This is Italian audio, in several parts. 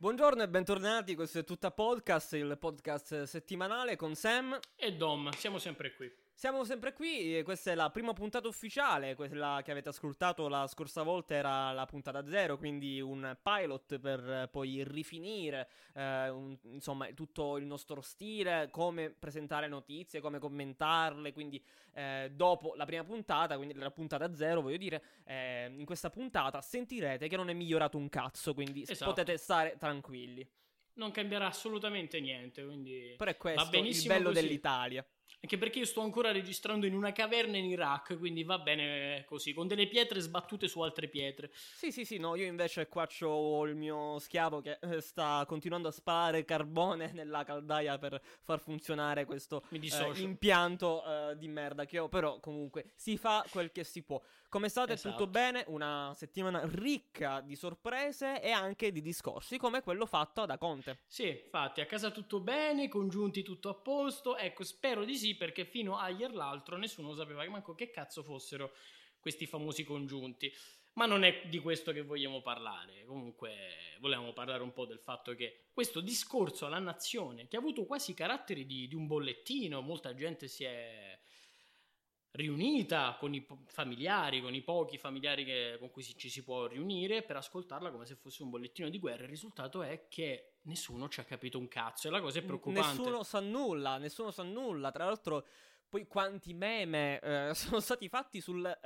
Buongiorno e bentornati, questo è Tutta Podcast, il podcast settimanale con Sam e Dom, siamo sempre qui. Siamo sempre qui, questa è la prima puntata ufficiale, quella che avete ascoltato la scorsa volta era la puntata 0, quindi un pilot per poi rifinire, insomma, tutto il nostro stile, come presentare notizie, come commentarle, quindi dopo la prima puntata, quindi la puntata 0, voglio dire, in questa puntata sentirete che non è migliorato un cazzo, quindi potete stare tranquilli. Non cambierà assolutamente niente, quindi però è questo va benissimo il bello così. Dell'Italia. Anche perché io sto ancora registrando in una caverna in Iraq, quindi va bene così, con delle pietre sbattute su altre pietre. Sì, no, io invece qua c'ho il mio schiavo che sta continuando a sparare carbone nella caldaia per far funzionare questo impianto di merda che ho, però comunque si fa quel che si può. Come state? Esatto. Tutto bene? Una settimana ricca di sorprese e anche di discorsi come quello fatto da Conte. Sì, infatti, a casa tutto bene, congiunti tutto a posto, ecco, spero di sì, perché fino a ieri l'altro nessuno sapeva manco che cazzo fossero questi famosi congiunti. Ma non è di questo che vogliamo parlare. Comunque volevamo parlare un po' del fatto che questo discorso alla nazione, che ha avuto quasi i caratteri di un bollettino, molta gente si è riunita con i familiari, con i pochi familiari con cui ci si può riunire per ascoltarla come se fosse un bollettino di guerra. Il risultato è che nessuno ci ha capito un cazzo e la cosa è preoccupante. Nessuno sa nulla. Tra l'altro, poi quanti meme sono stati fatti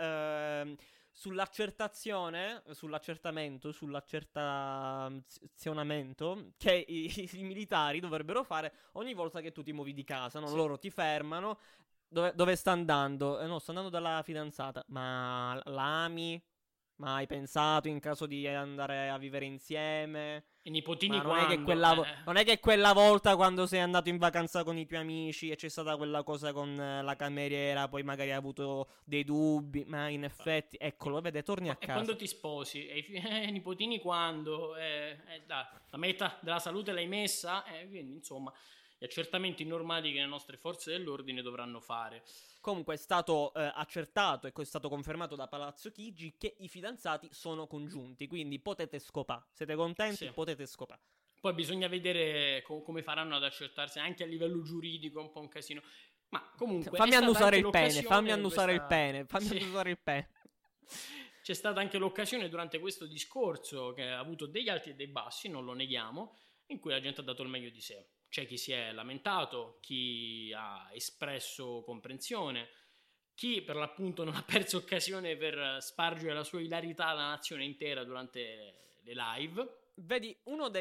sull'accertazionamento che i militari dovrebbero fare ogni volta che tu ti muovi di casa, no? Sì. Loro ti fermano. Dove sta andando? No, sta andando dalla fidanzata. Ma l'ami? Ma hai pensato in caso di andare a vivere insieme? I nipotini ma quando? Non è che quella volta quando sei andato in vacanza con i tuoi amici e c'è stata quella cosa con la cameriera, poi magari hai avuto dei dubbi, ma in effetti, eccolo, vede, torni a casa. E quando ti sposi? I nipotini quando? La meta della salute l'hai messa? Quindi insomma, gli accertamenti normali che le nostre forze dell'ordine dovranno fare. Comunque è stato accertato e è stato confermato da Palazzo Chigi che i fidanzati sono congiunti, quindi potete scopare. Siete contenti? Sì. Potete scopare. Poi bisogna vedere come faranno ad accertarsi anche a livello giuridico, un po' un casino. Ma comunque fammi annusare il pene. C'è stata anche l'occasione durante questo discorso che ha avuto degli alti e dei bassi, non lo neghiamo, in cui la gente ha dato il meglio di sé. C'è chi si è lamentato, chi ha espresso comprensione, chi per l'appunto non ha perso occasione per spargere la sua ilarità alla nazione intera durante le live. Vedi,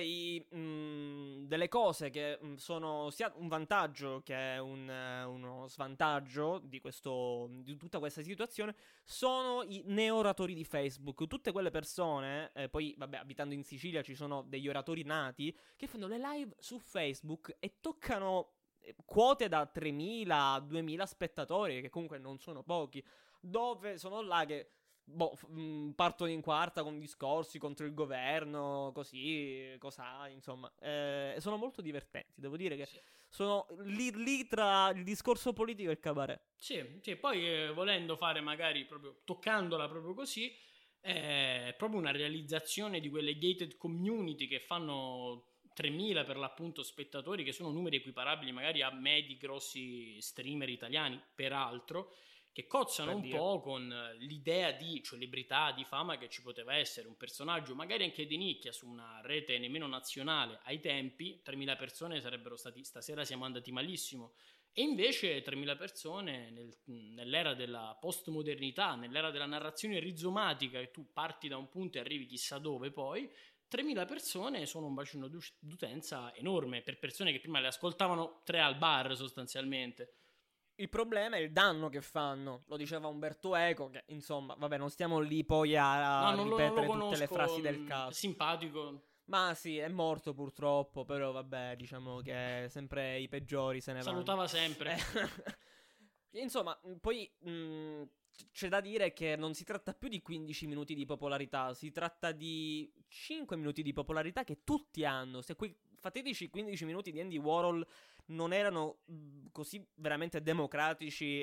delle cose che sono sia un vantaggio che uno svantaggio di tutta questa situazione sono i neo-oratori di Facebook. Tutte quelle persone, poi vabbè, abitando in Sicilia ci sono degli oratori nati che fanno le live su Facebook e toccano quote da 3.000 a 2.000 spettatori, che comunque non sono pochi, dove sono là che partono in quarta con discorsi contro il governo, così, insomma, sono molto divertenti, devo dire che sì. Sono lì tra il discorso politico e il cabaret. Sì, poi volendo fare magari proprio, toccandola proprio così, è proprio una realizzazione di quelle gated community che fanno 3.000 per l'appunto spettatori, che sono numeri equiparabili magari a medi grossi streamer italiani, peraltro, che cozzano un po' con l'idea di celebrità, di fama che ci poteva essere un personaggio magari anche di nicchia su una rete nemmeno nazionale ai tempi. 3.000 persone sarebbero stati, stasera siamo andati malissimo, e invece 3.000 persone nell'era della postmodernità, nell'era della narrazione rizomatica, che tu parti da un punto e arrivi chissà dove, poi 3.000 persone sono un bacino d'utenza enorme per persone che prima le ascoltavano 3 al bar sostanzialmente. Il problema è il danno che fanno, lo diceva Umberto Eco, che insomma, vabbè, non stiamo lì poi a ripetere tutte le frasi del caso. Simpatico. Ma sì, è morto purtroppo, però vabbè, diciamo che sempre i peggiori se ne vanno. Salutava sempre. Insomma, poi c'è da dire che non si tratta più di 15 minuti di popolarità, si tratta di 5 minuti di popolarità che tutti hanno. Se quei fatidici 15 minuti di Andy Warhol non erano così veramente democratici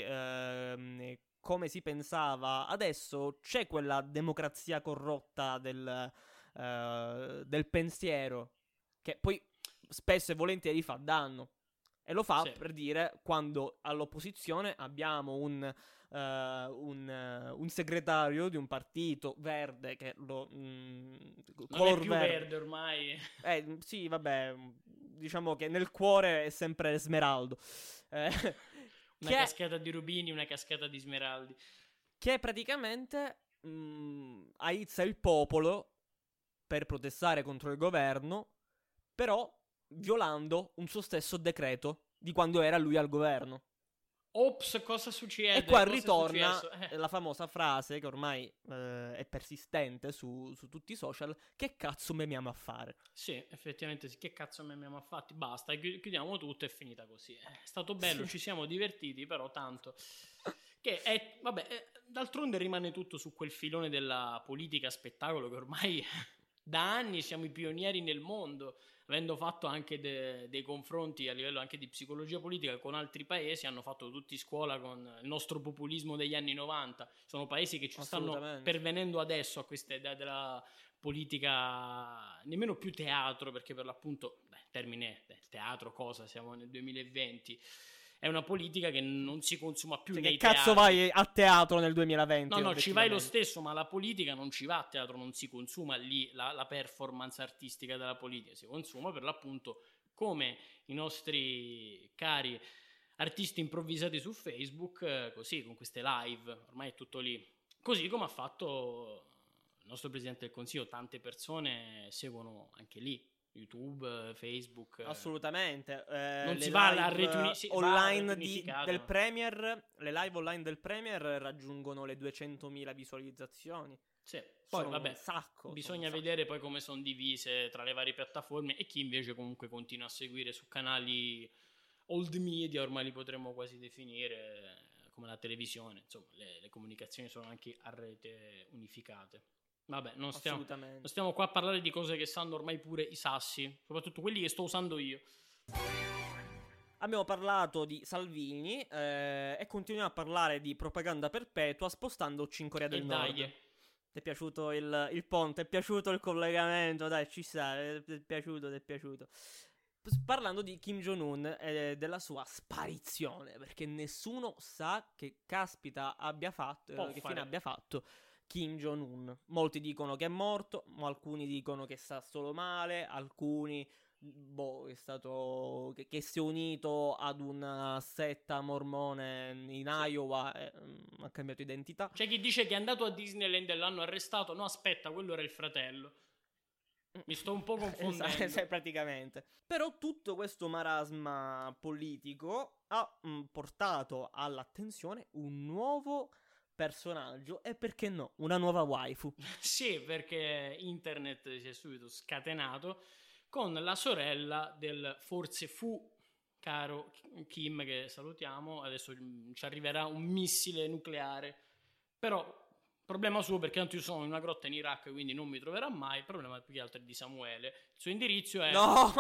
come si pensava, adesso c'è quella democrazia corrotta del pensiero. che poi spesso e volentieri fa danno. E lo fa, Sì. per dire, quando all'opposizione abbiamo un segretario di un partito verde che Non color è più verde. verde ormai. Sì, vabbè, diciamo che nel cuore è sempre Smeraldo. Una Che, cascata di rubini, una cascata di smeraldi. che praticamente aizza il popolo per protestare contro il governo, però violando un suo stesso decreto di quando era lui al governo. Ops, cosa succede? E qua Cosa è ritorna successo? la famosa frase che ormai è persistente su tutti i social: che cazzo memiamo a fare? Sì, effettivamente sì. Che cazzo mi abbiamo fatti? Basta, chiudiamo tutto, è finita così. È stato bello, Sì. ci siamo divertiti, però tanto. Che è, vabbè, d'altronde rimane tutto su quel filone della politica spettacolo che ormai da anni siamo i pionieri nel mondo, avendo fatto anche dei confronti a livello anche di psicologia politica con altri paesi, hanno fatto tutti scuola con il nostro populismo degli anni 90. Sono paesi che ci stanno Assolutamente. pervenendo adesso a questa idea della politica, nemmeno più teatro, perché per l'appunto, termine teatro cosa, siamo nel 2020. È una politica che non si consuma più Cioè, nei che cazzo teatri. vai a teatro nel 2020? No, ci vai lo obiettivamente? stesso, ma la politica non ci va a teatro, non si consuma lì la performance artistica della politica, si consuma per l'appunto come i nostri cari artisti improvvisati su Facebook, così, con queste live, ormai è tutto lì. Così come ha fatto il nostro Presidente del Consiglio, tante persone seguono anche lì. YouTube, Facebook. Assolutamente. Non Le si va live a reti online unificate. del Premier, le live online del Premier raggiungono le 200.000 visualizzazioni. Sì, poi Sono vabbè, un sacco. bisogna vedere poi come sono divise tra le varie piattaforme e chi invece comunque continua a seguire su canali old media, ormai li potremmo quasi definire, come la televisione. Insomma, le comunicazioni sono anche a rete unificate. Vabbè, non stiamo qua a parlare di cose che sanno ormai pure i sassi, soprattutto quelli che sto usando io. Abbiamo parlato di Salvini e continuiamo a parlare di propaganda perpetua spostandoci in Corea del Nord. Dai. Ti è piaciuto il ponte? Ti è piaciuto il collegamento? Dai, ci sta, ti è piaciuto. Parlando di Kim Jong-un e della sua sparizione, perché nessuno sa che caspita abbia fatto, che fine abbia fatto Kim Jong-un. Molti dicono che è morto, ma alcuni dicono che sta solo male, alcuni è stato che si è unito ad una setta mormone in Iowa e ha cambiato identità. C'è chi dice che è andato a Disneyland e l'hanno arrestato. No, aspetta, quello era il fratello. Mi sto un po' confondendo. Praticamente. Però tutto questo marasma politico ha portato all'attenzione un nuovo personaggio e perché no, una nuova waifu. Sì, perché internet si è subito scatenato con la sorella del forse fu caro Kim, che salutiamo. Adesso ci arriverà un missile nucleare, però problema suo, perché tanto io sono in una grotta in Iraq, quindi non mi troverà mai. Il problema più che altro è di Samuele. Il suo indirizzo è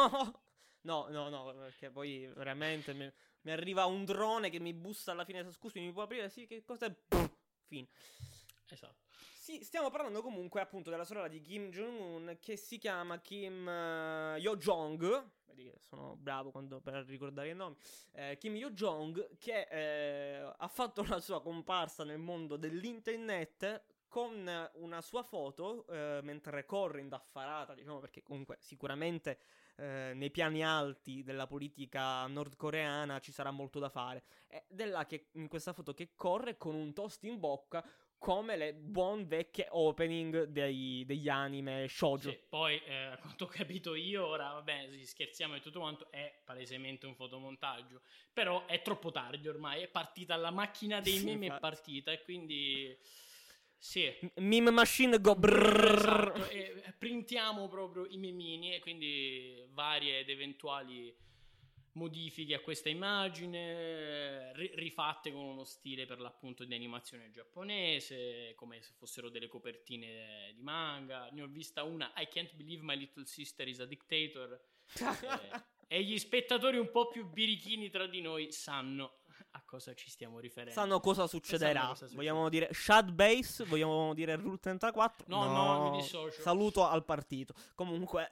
No, perché poi veramente mi arriva un drone che mi bussa alla finestra. Scusi, mi può aprire? Sì, che cosa è? Fine. Esatto. Sì, stiamo parlando comunque appunto della sorella di Kim Jong-un, che si chiama Kim Yo-jong. Vedi che sono bravo per ricordare i nomi. Kim Yo-jong, che ha fatto la sua comparsa nel mondo dell'internet con una sua foto mentre corre indaffarata, diciamo, perché comunque sicuramente nei piani alti della politica nordcoreana ci sarà molto da fare. Ed è là che in questa foto che corre con un toast in bocca, come le buon vecchie opening degli anime shoujo. Sì, poi a quanto ho capito io, ora vabbè, scherziamo e tutto quanto, è palesemente un fotomontaggio, però è troppo tardi ormai, è partita la macchina dei meme, infatti. È partita, e quindi sì, meme machine go brrrr. Esatto, e printiamo proprio i memini, e quindi varie ed eventuali modifiche a questa immagine, rifatte con uno stile per l'appunto di animazione giapponese, come se fossero delle copertine di manga. Ne ho vista una, I Can't Believe My Little Sister is a Dictator, e gli spettatori un po' più birichini tra di noi sanno a cosa ci stiamo riferendo. Sanno cosa succederà. Sanno cosa succederà. Vogliamo dire Shadbase? Vogliamo dire Rule 34? No, mi dissocio. Saluto al partito. Comunque,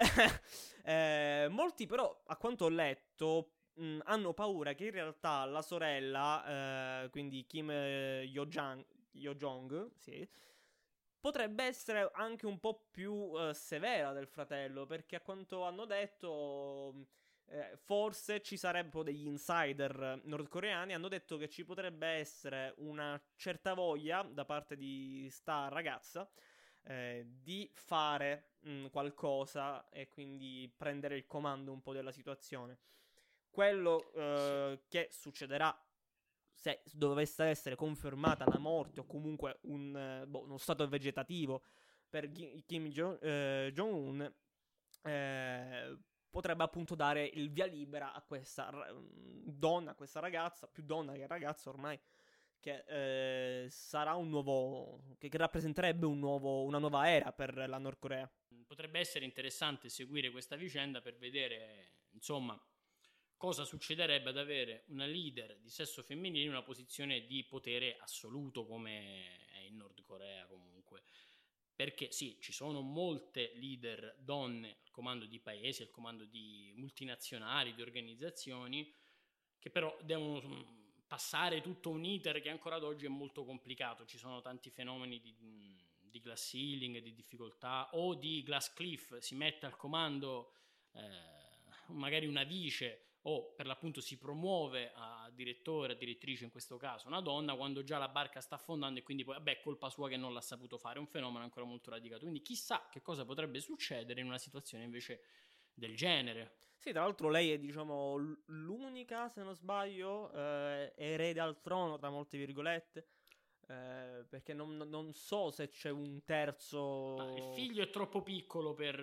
molti però, a quanto ho letto, hanno paura che in realtà la sorella, quindi Kim Yo-jong, sì, potrebbe essere anche un po' più severa del fratello, perché a quanto hanno detto, forse ci sarebbero degli insider nordcoreani, hanno detto che ci potrebbe essere una certa voglia da parte di sta ragazza di fare qualcosa e quindi prendere il comando un po' della situazione. Quello che succederà se dovesse essere confermata la morte o comunque uno stato vegetativo per Kim Jong-un, potrebbe appunto dare il via libera a questa donna, a questa ragazza, più donna che ragazza ormai, che sarà un nuovo, che rappresenterebbe una nuova era per la Nord Corea. Potrebbe essere interessante seguire questa vicenda per vedere, insomma, cosa succederebbe ad avere una leader di sesso femminile in una posizione di potere assoluto come è in Nord Corea comunque. Perché sì, ci sono molte leader donne al comando di paesi, al comando di multinazionali, di organizzazioni, che però devono passare tutto un iter che ancora ad oggi è molto complicato. Ci sono tanti fenomeni di glass ceiling, di difficoltà, o di glass cliff, si mette al comando magari una vice, o per l'appunto si promuove a direttore, a direttrice in questo caso una donna, quando già la barca sta affondando e quindi poi è colpa sua che non l'ha saputo fare. È un fenomeno ancora molto radicato, quindi chissà che cosa potrebbe succedere in una situazione invece del genere. Sì, tra l'altro lei è, diciamo, l'unica, se non sbaglio, erede al trono, tra molte virgolette, perché non so se c'è un terzo... Ma il figlio è troppo piccolo per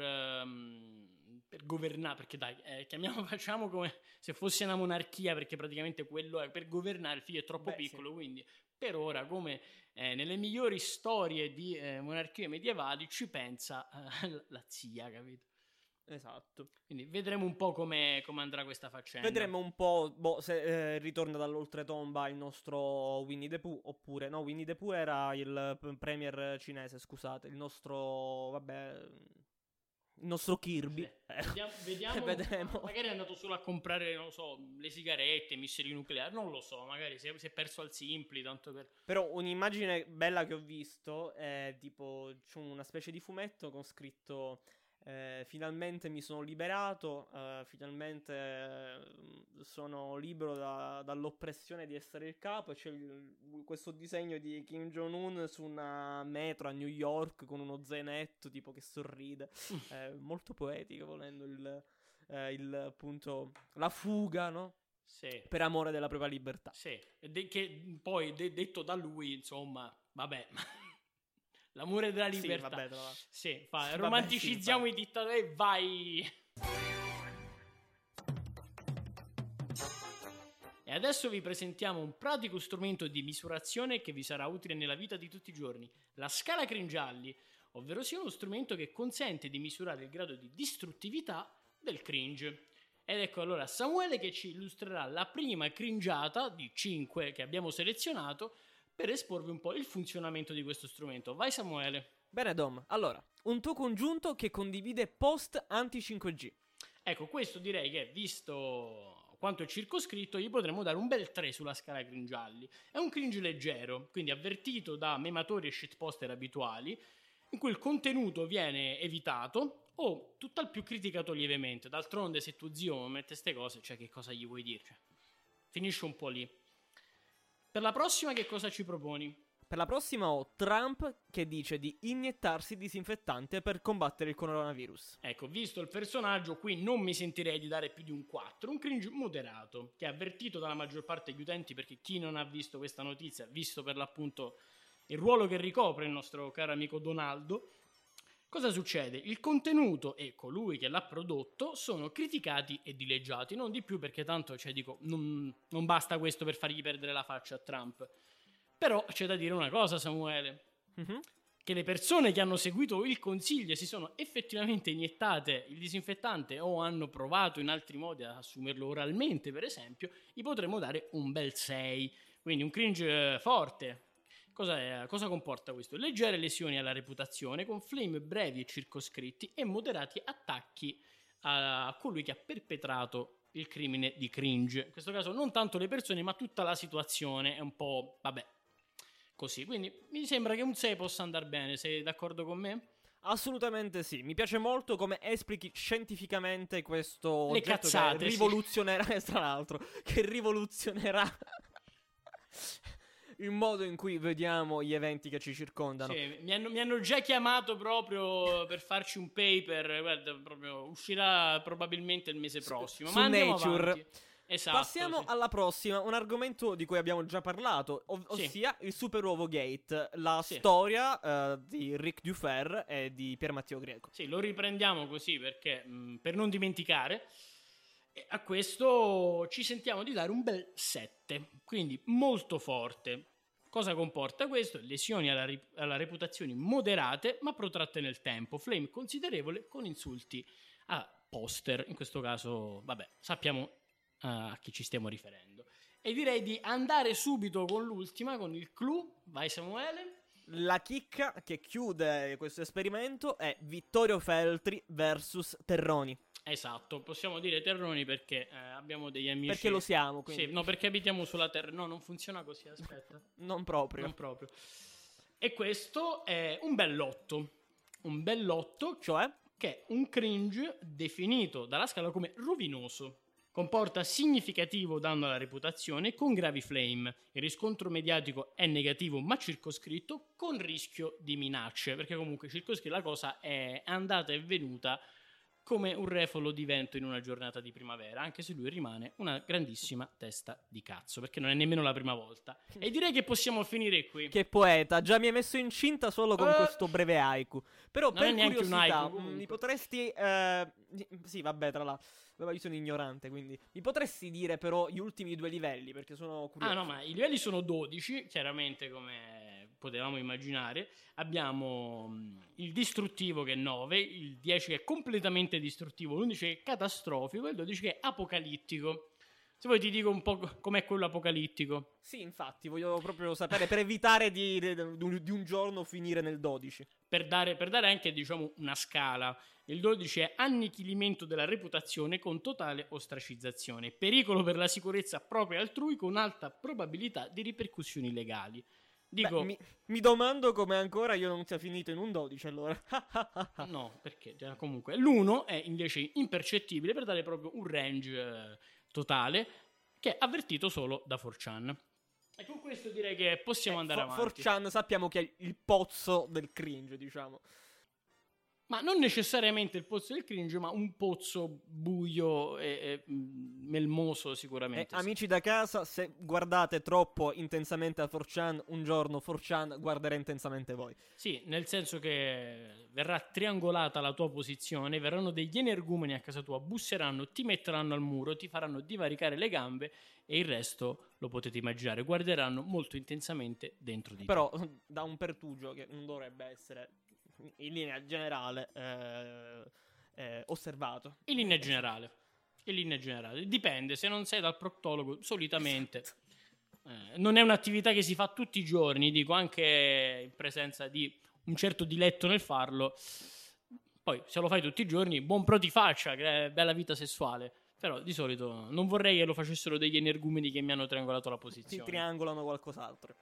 governare, perché dai, facciamo come se fosse una monarchia, perché praticamente quello è, per governare il figlio è troppo piccolo, sì. Quindi per ora, come nelle migliori storie di monarchie medievali, ci pensa la zia, capito? Esatto. Quindi vedremo un po' come andrà questa faccenda. Vedremo un po' se ritorna dall'oltretomba il nostro Winnie the Pooh, oppure no, Winnie the Pooh era il premier cinese, scusate, il nostro, il nostro Kirby. Vediamo. Vedremo. Magari è andato solo a comprare, non lo so, le sigarette, missili nucleari, non lo so, magari si è perso al Simpli, tanto per... Però un'immagine bella che ho visto è tipo, c'è una specie di fumetto con scritto... finalmente mi sono liberato, finalmente sono libero dall'oppressione di essere il capo, e c'è questo disegno di Kim Jong-un su una metro a New York con uno zainetto tipo che sorride, molto poetico, volendo appunto la fuga, no? Sì. Per amore della propria libertà. Sì, che poi detto da lui, insomma, vabbè... L'amore della libertà. Sì, vabbè, romanticizziamo i dittatori e vai. E adesso vi presentiamo un pratico strumento di misurazione che vi sarà utile nella vita di tutti i giorni, la scala Cringialli, ovvero sia uno strumento che consente di misurare il grado di distruttività del cringe. Ed ecco allora Samuele che ci illustrerà la prima cringiata di 5 che abbiamo selezionato per esporvi un po' il funzionamento di questo strumento. Vai Samuele. Bene Dom, allora, un tuo congiunto che condivide post anti-5G. Ecco, questo direi che, visto quanto è circoscritto, gli potremmo dare un bel 3 sulla scala Cringialli. È un cringe leggero, quindi avvertito da mematori e shitposter abituali, in cui il contenuto viene evitato o tutt'al più criticato lievemente. D'altronde se tuo zio mette ste cose, cioè che cosa gli vuoi dire? Cioè, finisce un po' lì. Per la prossima che cosa ci proponi? Per la prossima ho Trump che dice di iniettarsi disinfettante per combattere il coronavirus. Ecco, visto il personaggio, qui non mi sentirei di dare più di un 4, un cringe moderato, che è avvertito dalla maggior parte degli utenti, perché chi non ha visto questa notizia, visto per l'appunto il ruolo che ricopre il nostro caro amico Donaldo, cosa succede? Il contenuto e colui che l'ha prodotto sono criticati e dileggiati, non di più, perché tanto, cioè dico, non basta questo per fargli perdere la faccia a Trump. Però c'è da dire una cosa, Samuele. che le persone che hanno seguito il consiglio e si sono effettivamente iniettate il disinfettante o hanno provato in altri modi ad assumerlo oralmente, per esempio, gli potremmo dare un bel 6. Quindi un cringe forte. Cosa comporta questo? Leggere lesioni alla reputazione con flame brevi e circoscritti e moderati attacchi a colui che ha perpetrato il crimine di cringe. In questo caso non tanto le persone, ma tutta la situazione è un po', vabbè, così. Quindi mi sembra che un 6 possa andare bene. Sei d'accordo con me? Assolutamente sì, mi piace molto come esplichi scientificamente questo Le oggetto cazzate, che rivoluzionerà, tra l'altro, che rivoluzionerà il modo in cui vediamo gli eventi che ci circondano. Sì, mi hanno già chiamato proprio per farci un paper, guarda, proprio uscirà probabilmente il mese prossimo. Su Ma andiamo Nature. Avanti. Esatto, Passiamo sì. alla prossima, un argomento di cui abbiamo già parlato, ossia il Super Uovo Gate, la Sì. storia di Rick Dufer e di Pier Matteo Greco. Sì, lo riprendiamo così perché per non dimenticare. E a questo ci sentiamo di dare un bel 7, quindi molto forte. Cosa comporta questo? Lesioni alla reputazione moderate ma protratte nel tempo, flame considerevole con insulti a poster, in questo caso, vabbè, sappiamo a chi ci stiamo riferendo. E direi di andare subito con l'ultima, con il clou. Vai Samuele. La chicca che chiude questo esperimento è Vittorio Feltri versus Terroni. Esatto, possiamo dire Terroni perché abbiamo degli amici. Perché lo siamo, quindi. Sì, no, perché abitiamo sulla terra. No, non funziona così, aspetta. Non proprio. Non proprio. E questo è un bell'otto. Un bell'otto, Cioè? che è un cringe definito dalla scala come rovinoso. Comporta significativo danno alla reputazione con gravi flame. Il riscontro mediatico è negativo ma circoscritto con rischio di minacce, perché comunque circoscritto la cosa è andata e venuta come un refolo di vento in una giornata di primavera, anche se lui rimane una grandissima testa di cazzo, perché non è nemmeno la prima volta. E direi che possiamo finire qui. Che poeta, già mi hai messo incinta solo con questo breve haiku. Però Non è per neanche un curiosità, haiku, comunque. mi potresti... sì, vabbè, tra l'altro, io sono ignorante, quindi... Mi potresti dire però gli ultimi 2 livelli, perché sono curioso. Ah no, ma i livelli sono 12, chiaramente come potevamo immaginare. Abbiamo il distruttivo che è 9, il 10 che è completamente distruttivo, l'11 che è catastrofico e il 12 che è apocalittico. Se vuoi ti dico un po' com'è quello apocalittico. Sì, infatti, voglio proprio sapere, per evitare di un giorno finire nel 12. Per dare anche, diciamo, una scala. Il 12 è annichilimento della reputazione con totale ostracizzazione, pericolo per la sicurezza propria e altrui con alta probabilità di ripercussioni legali. Dico, Beh, mi domando come ancora io non sia finito in un 12 allora. no, perché comunque l'1 è invece impercettibile per dare proprio un range totale che è avvertito solo da 4chan. E con questo direi che possiamo andare avanti. 4chan sappiamo che è il pozzo del cringe, diciamo. Ma non necessariamente il pozzo del cringe, ma un pozzo buio e melmoso sicuramente. Sì. Amici da casa, se guardate troppo intensamente a 4chan, un giorno 4chan guarderà intensamente voi. Sì, nel senso che verrà triangolata la tua posizione, verranno degli energumeni a casa tua, busseranno, ti metteranno al muro, ti faranno divaricare le gambe e il resto lo potete immaginare, guarderanno molto intensamente dentro di te. Però da un pertugio che non dovrebbe essere in linea generale osservato. In linea generale, dipende, se non sei dal proctologo solitamente non è un'attività che si fa tutti i giorni, dico anche in presenza di un certo diletto nel farlo. Poi se lo fai tutti i giorni, buon pro ti faccia, che è bella vita sessuale. Però di solito non vorrei che lo facessero degli energumeni che mi hanno triangolato la posizione. Si triangolano qualcos'altro.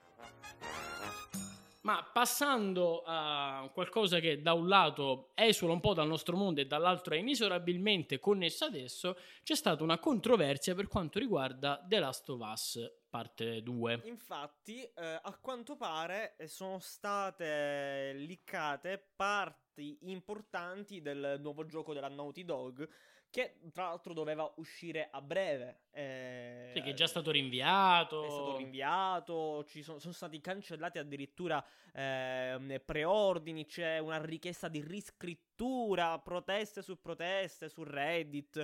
Ma passando a qualcosa che da un lato esula un po' dal nostro mondo e dall'altro è inesorabilmente connesso adesso, c'è stata una controversia per quanto riguarda The Last of Us parte 2. Infatti, a quanto pare sono state leakate parti importanti del nuovo gioco della Naughty Dog, che tra l'altro doveva uscire a breve. Sì, che è già stato rinviato. È stato rinviato, sono stati cancellati addirittura preordini, c'è una richiesta di riscrittura addirittura proteste su Reddit,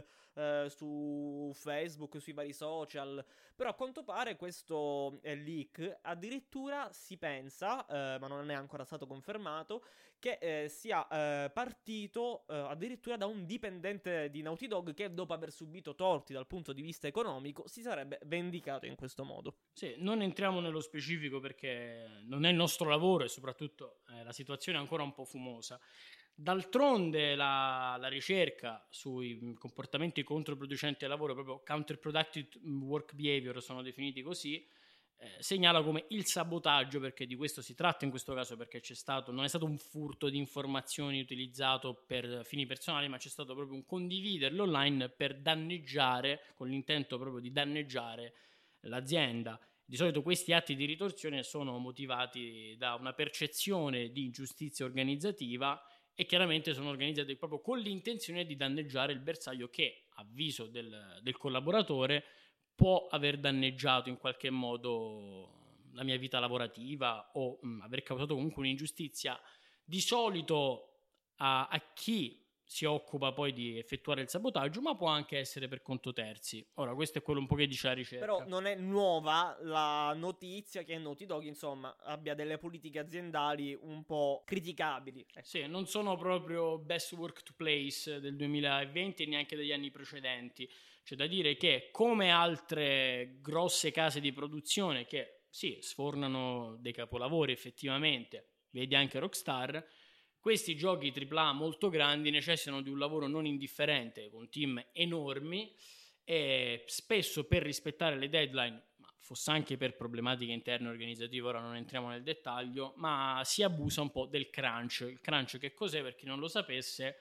su Facebook, sui vari social. Però a quanto pare questo leak addirittura si pensa, ma non è ancora stato confermato, che sia partito addirittura da un dipendente di Naughty Dog che dopo aver subito torti dal punto di vista economico si sarebbe vendicato in questo modo. Sì, non entriamo nello specifico perché non è il nostro lavoro e soprattutto la situazione è ancora un po' fumosa. D'altronde la ricerca sui comportamenti controproducenti al lavoro, proprio counterproductive work behavior sono definiti così, segnala come il sabotaggio, perché di questo si tratta in questo caso, perché non è stato un furto di informazioni utilizzato per fini personali, ma c'è stato proprio un condividerlo online per danneggiare, con l'intento proprio di danneggiare l'azienda. Di solito questi atti di ritorsione sono motivati da una percezione di ingiustizia organizzativa e chiaramente sono organizzati proprio con l'intenzione di danneggiare il bersaglio che, a avviso del collaboratore, può aver danneggiato in qualche modo la mia vita lavorativa o aver causato comunque un'ingiustizia, di solito a chi si occupa poi di effettuare il sabotaggio, ma può anche essere per conto terzi. Ora, questo è quello un po' che dice la ricerca. Però non è nuova la notizia che Naughty Dog, insomma, abbia delle politiche aziendali un po' criticabili. Sì, non sono proprio best work to place del 2020 e neanche degli anni precedenti. C'è da dire che, come altre grosse case di produzione che sì, sfornano dei capolavori effettivamente, vedi anche Rockstar, questi giochi AAA molto grandi necessitano di un lavoro non indifferente, con team enormi, e spesso per rispettare le deadline, ma fosse anche per problematiche interne organizzative, ora non entriamo nel dettaglio, ma si abusa un po' del crunch. Il crunch che cos'è, per chi non lo sapesse?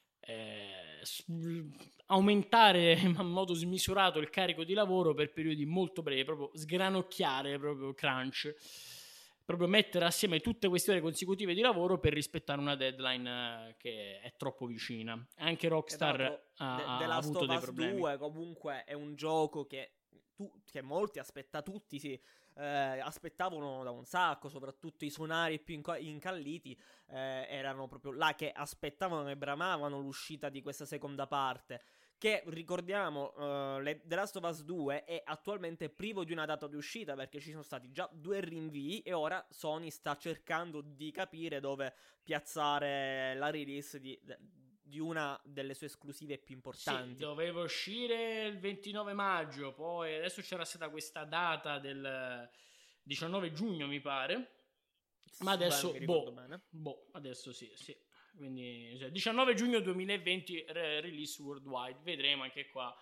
Aumentare in modo smisurato il carico di lavoro per periodi molto brevi, proprio sgranocchiare, proprio crunch, proprio mettere assieme tutte queste ore consecutive di lavoro per rispettare una deadline che è troppo vicina. Anche Rockstar ha avuto dei problemi. The Last of Us 2 comunque è un gioco che molti aspettavano da un sacco, soprattutto i sonari più incalliti erano proprio là che aspettavano e bramavano l'uscita di questa seconda parte, che ricordiamo The Last of Us 2 è attualmente privo di una data di uscita perché ci sono stati già 2 rinvii e ora Sony sta cercando di capire dove piazzare la release di una delle sue esclusive più importanti. Sì, doveva uscire il 29 maggio, poi adesso c'era stata questa data del 19 giugno mi pare, ma adesso adesso sì. Quindi 19 giugno 2020 release worldwide, vedremo anche qua.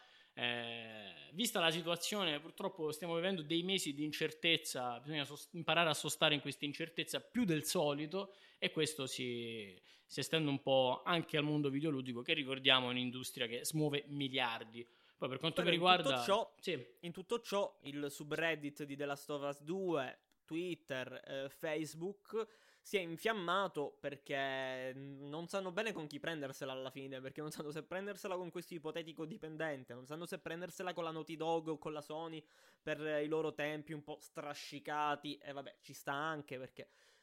Vista la situazione, purtroppo stiamo vivendo dei mesi di incertezza, bisogna imparare a sostare in questa incertezza più del solito, e questo si estende un po' anche al mondo videoludico, che ricordiamo è un'industria che smuove miliardi. Poi per quanto mi riguarda, in tutto ciò il subreddit di The Last of Us 2, Twitter, Facebook si è infiammato perché non sanno bene con chi prendersela alla fine, perché non sanno se prendersela con questo ipotetico dipendente, non sanno se prendersela con la Naughty Dog o con la Sony per i loro tempi un po' strascicati, e vabbè, ci sta anche perché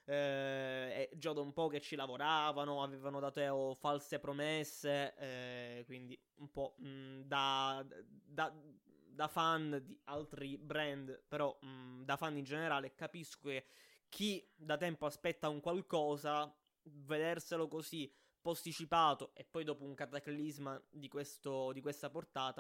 è già da un po' che ci lavoravano, avevano dato false promesse, quindi un po' da fan di altri brand, però da fan in generale capisco che chi da tempo aspetta un qualcosa, vederselo così posticipato e poi dopo un cataclisma di questa portata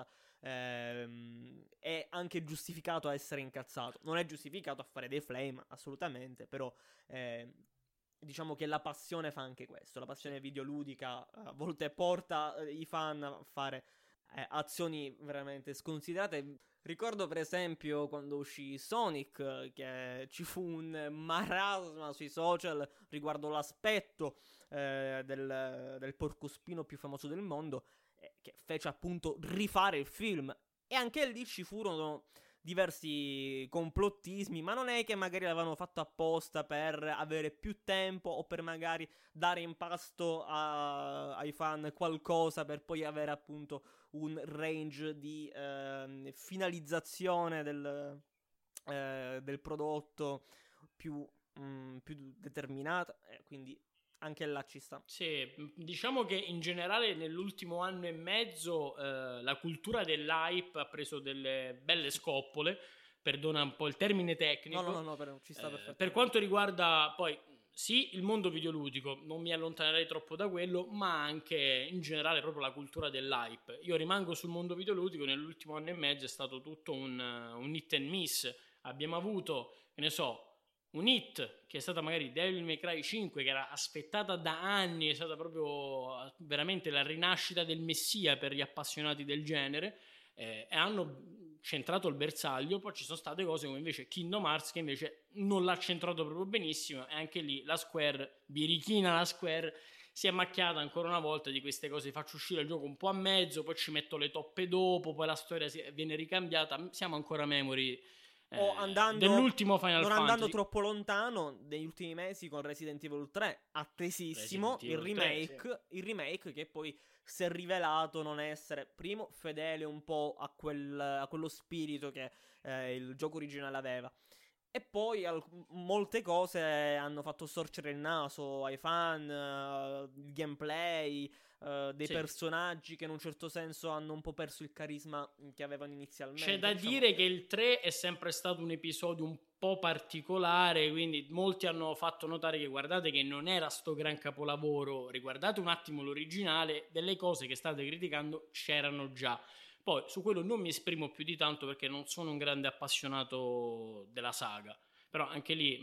è anche giustificato a essere incazzato. Non è giustificato a fare dei flame, assolutamente, però diciamo che la passione fa anche questo. La passione videoludica a volte porta i fan a fare azioni veramente sconsiderate. Ricordo per esempio quando uscì Sonic che ci fu un marasma sui social riguardo l'aspetto del porcospino più famoso del mondo, che fece appunto rifare il film, e anche lì ci furono diversi complottismi, ma non è che magari l'avevano fatto apposta per avere più tempo o per magari dare in pasto ai fan qualcosa per poi avere appunto un range di finalizzazione del prodotto più determinata, quindi Anche là ci sta. Sì, diciamo che in generale nell'ultimo anno e mezzo la cultura dell'hype ha preso delle belle scoppole, perdona un po' il termine tecnico. No, ci sta perfettamente. Per quanto riguarda poi, sì, il mondo videoludico, non mi allontanerei troppo da quello, ma anche in generale proprio la cultura dell'hype. Io rimango sul mondo videoludico, nell'ultimo anno e mezzo è stato tutto un hit and miss. Abbiamo avuto, che ne so, un hit che è stata magari Devil May Cry 5, che era aspettata da anni, è stata proprio veramente la rinascita del messia per gli appassionati del genere, e hanno centrato il bersaglio. Poi ci sono state cose come invece Kingdom Hearts, che invece non l'ha centrato proprio benissimo, e anche lì la Square, birichina la Square, si è macchiata ancora una volta di queste cose: faccio uscire il gioco un po' a mezzo, poi ci metto le toppe dopo, poi la storia viene ricambiata. Siamo ancora memori dell'ultimo Final Fantasy. Non andando troppo lontano, negli ultimi mesi con Resident Evil 3, attesissimo, il remake che poi si è rivelato non essere, primo, fedele un po' a quello spirito che il gioco originale aveva. E poi molte cose hanno fatto storcere il naso ai fan, il gameplay, dei personaggi che in un certo senso hanno un po' perso il carisma che avevano inizialmente. C'è da dire che il 3 è sempre stato un episodio un po' particolare, quindi molti hanno fatto notare che guardate che non era sto gran capolavoro, riguardate un attimo l'originale, delle cose che state criticando c'erano già. Poi su quello non mi esprimo più di tanto perché non sono un grande appassionato della saga. Però anche lì,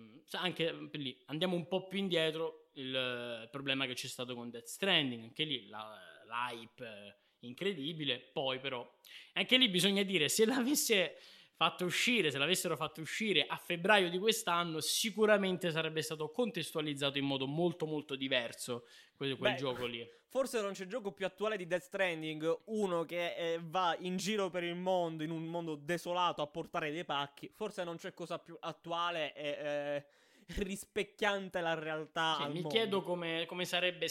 andiamo un po' più indietro. Il problema che c'è stato con Death Stranding, anche lì l'hype incredibile. Poi però anche lì bisogna dire, se l'avessero fatto uscire a febbraio di quest'anno, sicuramente sarebbe stato contestualizzato in modo molto molto diverso quel gioco lì. Forse non c'è gioco più attuale di Death Stranding, uno che va in giro per il mondo, in un mondo desolato, a portare dei pacchi. Forse non c'è cosa più attuale e rispecchiante la realtà al mondo. Chiedo come sarebbe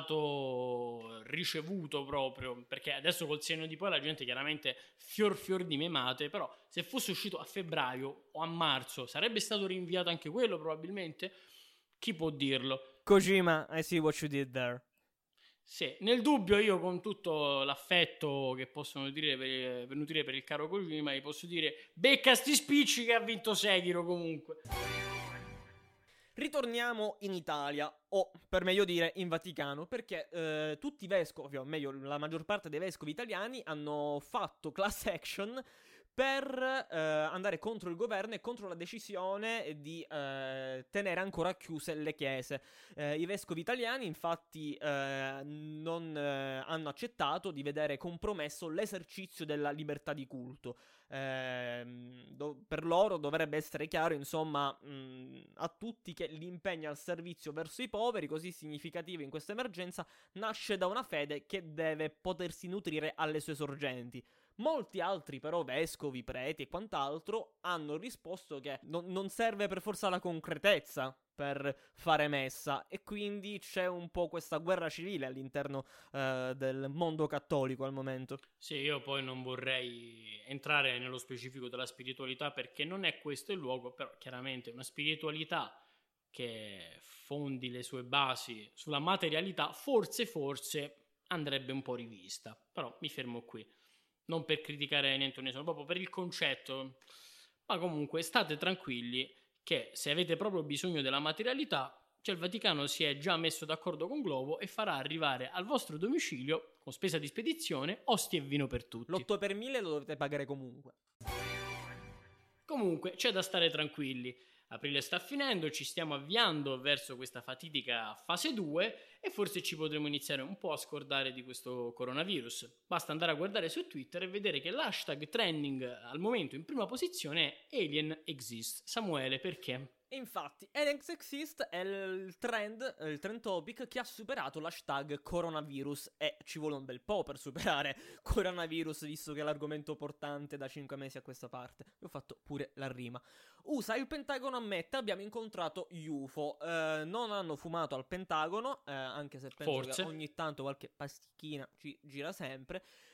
stato ricevuto proprio, perché adesso col senno di poi la gente chiaramente fior di memate, però se fosse uscito a febbraio o a marzo sarebbe stato rinviato anche quello probabilmente. Chi può dirlo? Kojima, I see what you did there. Sì, nel dubbio io, con tutto l'affetto che possono nutrire per il caro Kojima, gli posso dire: becca sti spicci che ha vinto Sekiro comunque. Ritorniamo in Italia, o per meglio dire in Vaticano, perché tutti i vescovi, o meglio la maggior parte dei vescovi italiani, hanno fatto class action per andare contro il governo e contro la decisione di tenere ancora chiuse le chiese. I vescovi italiani infatti non hanno accettato di vedere compromesso l'esercizio della libertà di culto. Per loro dovrebbe essere chiaro, insomma, a tutti, che l'impegno al servizio verso i poveri, così significativo in questa emergenza, nasce da una fede che deve potersi nutrire alle sue sorgenti. Molti altri però vescovi, preti e quant'altro hanno risposto che non serve per forza la concretezza per fare messa, e quindi c'è un po' questa guerra civile all'interno del mondo cattolico al momento. Sì, io poi non vorrei entrare nello specifico della spiritualità perché non è questo il luogo, però chiaramente una spiritualità che fondi le sue basi sulla materialità forse andrebbe un po' rivista, però mi fermo qui. Non per criticare niente o nessuno, proprio per il concetto. Ma comunque state tranquilli che se avete proprio bisogno della materialità, il Vaticano si è già messo d'accordo con Glovo e farà arrivare al vostro domicilio, con spesa di spedizione, ostie e vino per tutti. L'8 per 1000 lo dovete pagare comunque. Comunque c'è da stare tranquilli. Aprile sta finendo, ci stiamo avviando verso questa fatidica fase 2 e forse ci potremo iniziare un po' a scordare di questo coronavirus. Basta andare a guardare su Twitter e vedere che l'hashtag trending al momento in prima posizione è Alien Exist. Samuele, perché? Infatti, Alien Exist è il trend topic che ha superato l'hashtag coronavirus, e ci vuole un bel po' per superare coronavirus, visto che è l'argomento portante da 5 mesi a questa parte. Io ho fatto pure la rima. USA, il Pentagono ammette: abbiamo incontrato UFO. Non hanno fumato al Pentagono, anche se penso che ogni tanto qualche pasticchina ci gira sempre.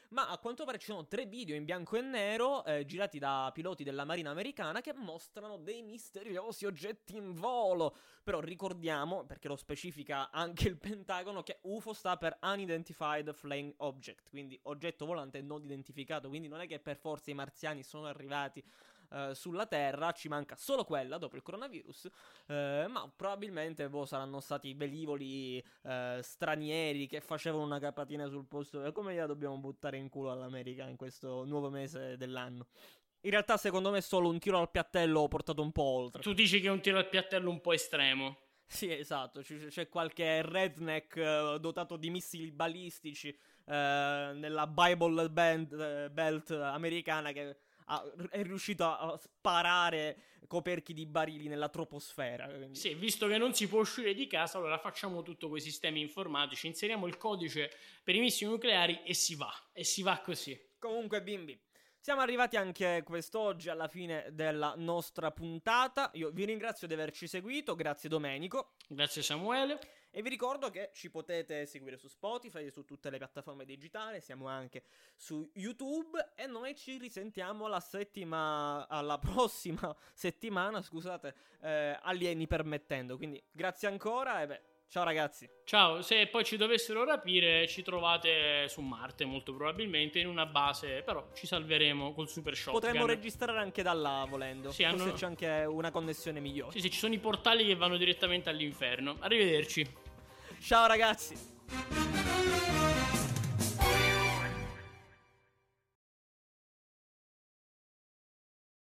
Ma a quanto pare ci sono 3 video in bianco e nero girati da piloti della Marina americana che mostrano dei misteriosi oggetti in volo. Però ricordiamo, perché lo specifica anche il Pentagono, che UFO sta per Unidentified Flying Object, quindi oggetto volante non identificato. Quindi non è che per forza i marziani sono arrivati sulla Terra, ci manca solo quella dopo il coronavirus, ma probabilmente saranno stati velivoli stranieri che facevano una capatina sul posto. Come gliela dobbiamo buttare in culo all'America in questo nuovo mese dell'anno? In realtà secondo me è solo un tiro al piattello portato un po' oltre. Tu dici che è un tiro al piattello un po' estremo. Sì, esatto, c'è qualche redneck dotato di missili balistici nella Bible Belt americana che è riuscito a sparare coperchi di barili nella troposfera. Quindi. Sì, visto che non si può uscire di casa, allora facciamo tutto con i sistemi informatici, inseriamo il codice per i missili nucleari e si va così. Comunque, bimbi, siamo arrivati anche quest'oggi alla fine della nostra puntata. Io vi ringrazio di averci seguito, grazie Domenico. Grazie Samuele. E vi ricordo che ci potete seguire su Spotify, su tutte le piattaforme digitali, siamo anche su YouTube e noi ci risentiamo alla prossima settimana, scusate, alieni permettendo. Quindi grazie ancora e ciao ragazzi. Ciao, se poi ci dovessero rapire ci trovate su Marte molto probabilmente in una base, però ci salveremo col super shotgun. Potremmo registrare anche da là volendo, sì, forse c'è anche una connessione migliore. Sì, ci sono i portali che vanno direttamente all'inferno. Arrivederci. Ciao ragazzi.